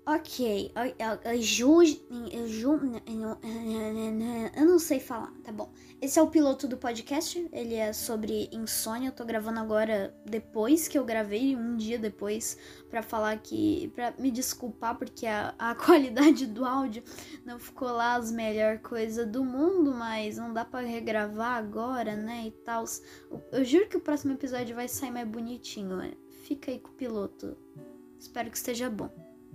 Ok, eu não sei falar, tá bom. Esse é o piloto do podcast, ele é sobre insônia. Eu tô gravando agora depois que eu gravei, um dia depois, pra falar que, pra me desculpar porque a qualidade do áudio não ficou lá as melhores coisas do mundo, mas não dá pra regravar agora, né, e tal. Eu juro que o próximo episódio vai sair mais bonitinho, né? Fica aí com o piloto, espero que esteja bom.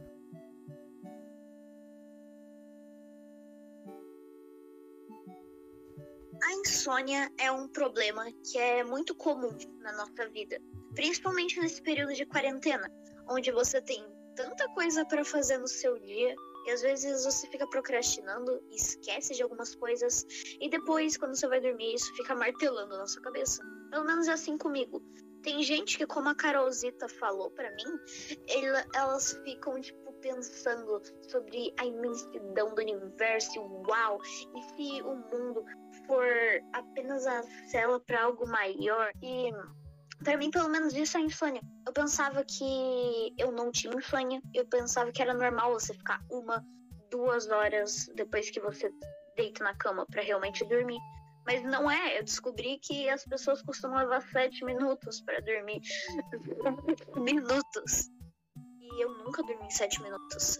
A insônia é um problema que é muito comum na nossa vida, principalmente nesse período de quarentena, onde você tem tanta coisa para fazer no seu dia e às vezes você fica procrastinando e esquece de algumas coisas e depois, quando você vai dormir, isso fica martelando na sua cabeça. Pelo menos é assim comigo. Tem gente que, como a Carolzita falou para mim, elas ficam pensando sobre a imensidão do universo, uau, e se o mundo for apenas a cela para algo maior. E para mim, pelo menos, isso é insônia. Eu pensava que eu não tinha insônia. Eu pensava que era normal você ficar 1-2 horas depois que você deita na cama para realmente dormir. Mas não é. Eu descobri que as pessoas costumam levar 7 minutos para dormir. Minutos. E eu nunca dormi 7 minutos.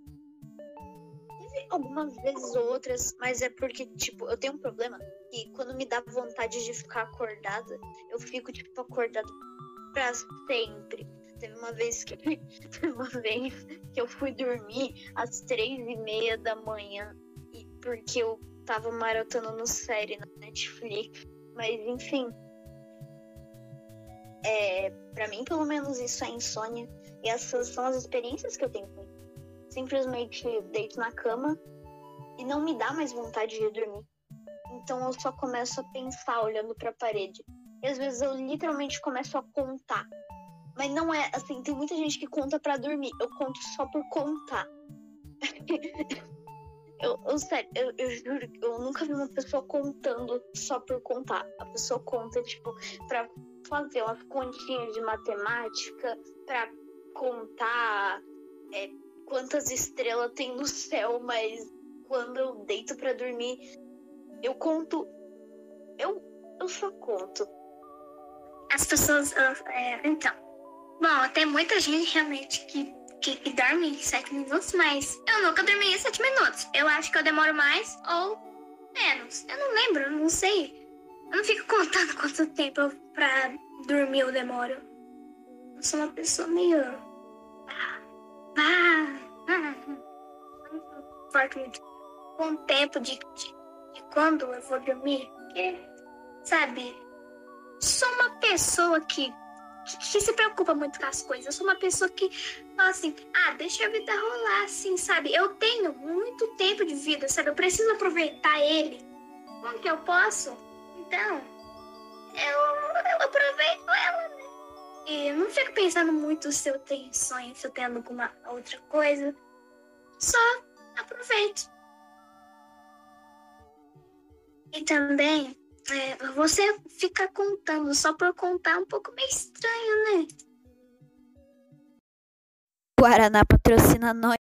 Algumas vezes ou outras, mas é porque, eu tenho um problema que quando me dá vontade de ficar acordada, eu fico, acordada pra sempre. Teve uma vez que eu fui dormir às 3:30 da manhã, porque eu tava maratonando série na Netflix. Mas, enfim, pra mim, pelo menos, isso é insônia. E essas são as experiências que eu tenho com isso. Simplesmente deito na cama e não me dá mais vontade de dormir. Então eu só começo a pensar olhando pra parede. E às vezes eu literalmente começo a contar. Mas não é assim, tem muita gente que conta pra dormir. Eu conto só por contar. Sério, eu juro, eu nunca vi uma pessoa contando só por contar. A pessoa conta, pra fazer umas continhas de matemática, pra contar quantas estrelas tem no céu, mas quando eu deito pra dormir, eu conto. Eu só conto. As pessoas. Então. Bom, tem muita gente realmente que dorme em 7 minutos, mas eu nunca dormi em 7 minutos. Eu acho que eu demoro mais ou menos. Eu não lembro, eu não sei. Eu não fico contando quanto tempo pra dormir eu demoro. Eu sou uma pessoa meio. Com o tempo de quando eu vou dormir. Porque, sabe, sou uma pessoa que se preocupa muito com as coisas. Eu sou uma pessoa que fala assim, deixa a vida rolar, assim, sabe? Eu tenho muito tempo de vida, sabe? Eu preciso aproveitar ele. Como que eu posso? Então, eu aproveito ela, né? E não fico pensando muito se eu tenho sonho, se eu tenho alguma outra coisa. Só aproveito. E também, você fica contando só por contar é um pouco meio estranho, né? Guaraná patrocina nós.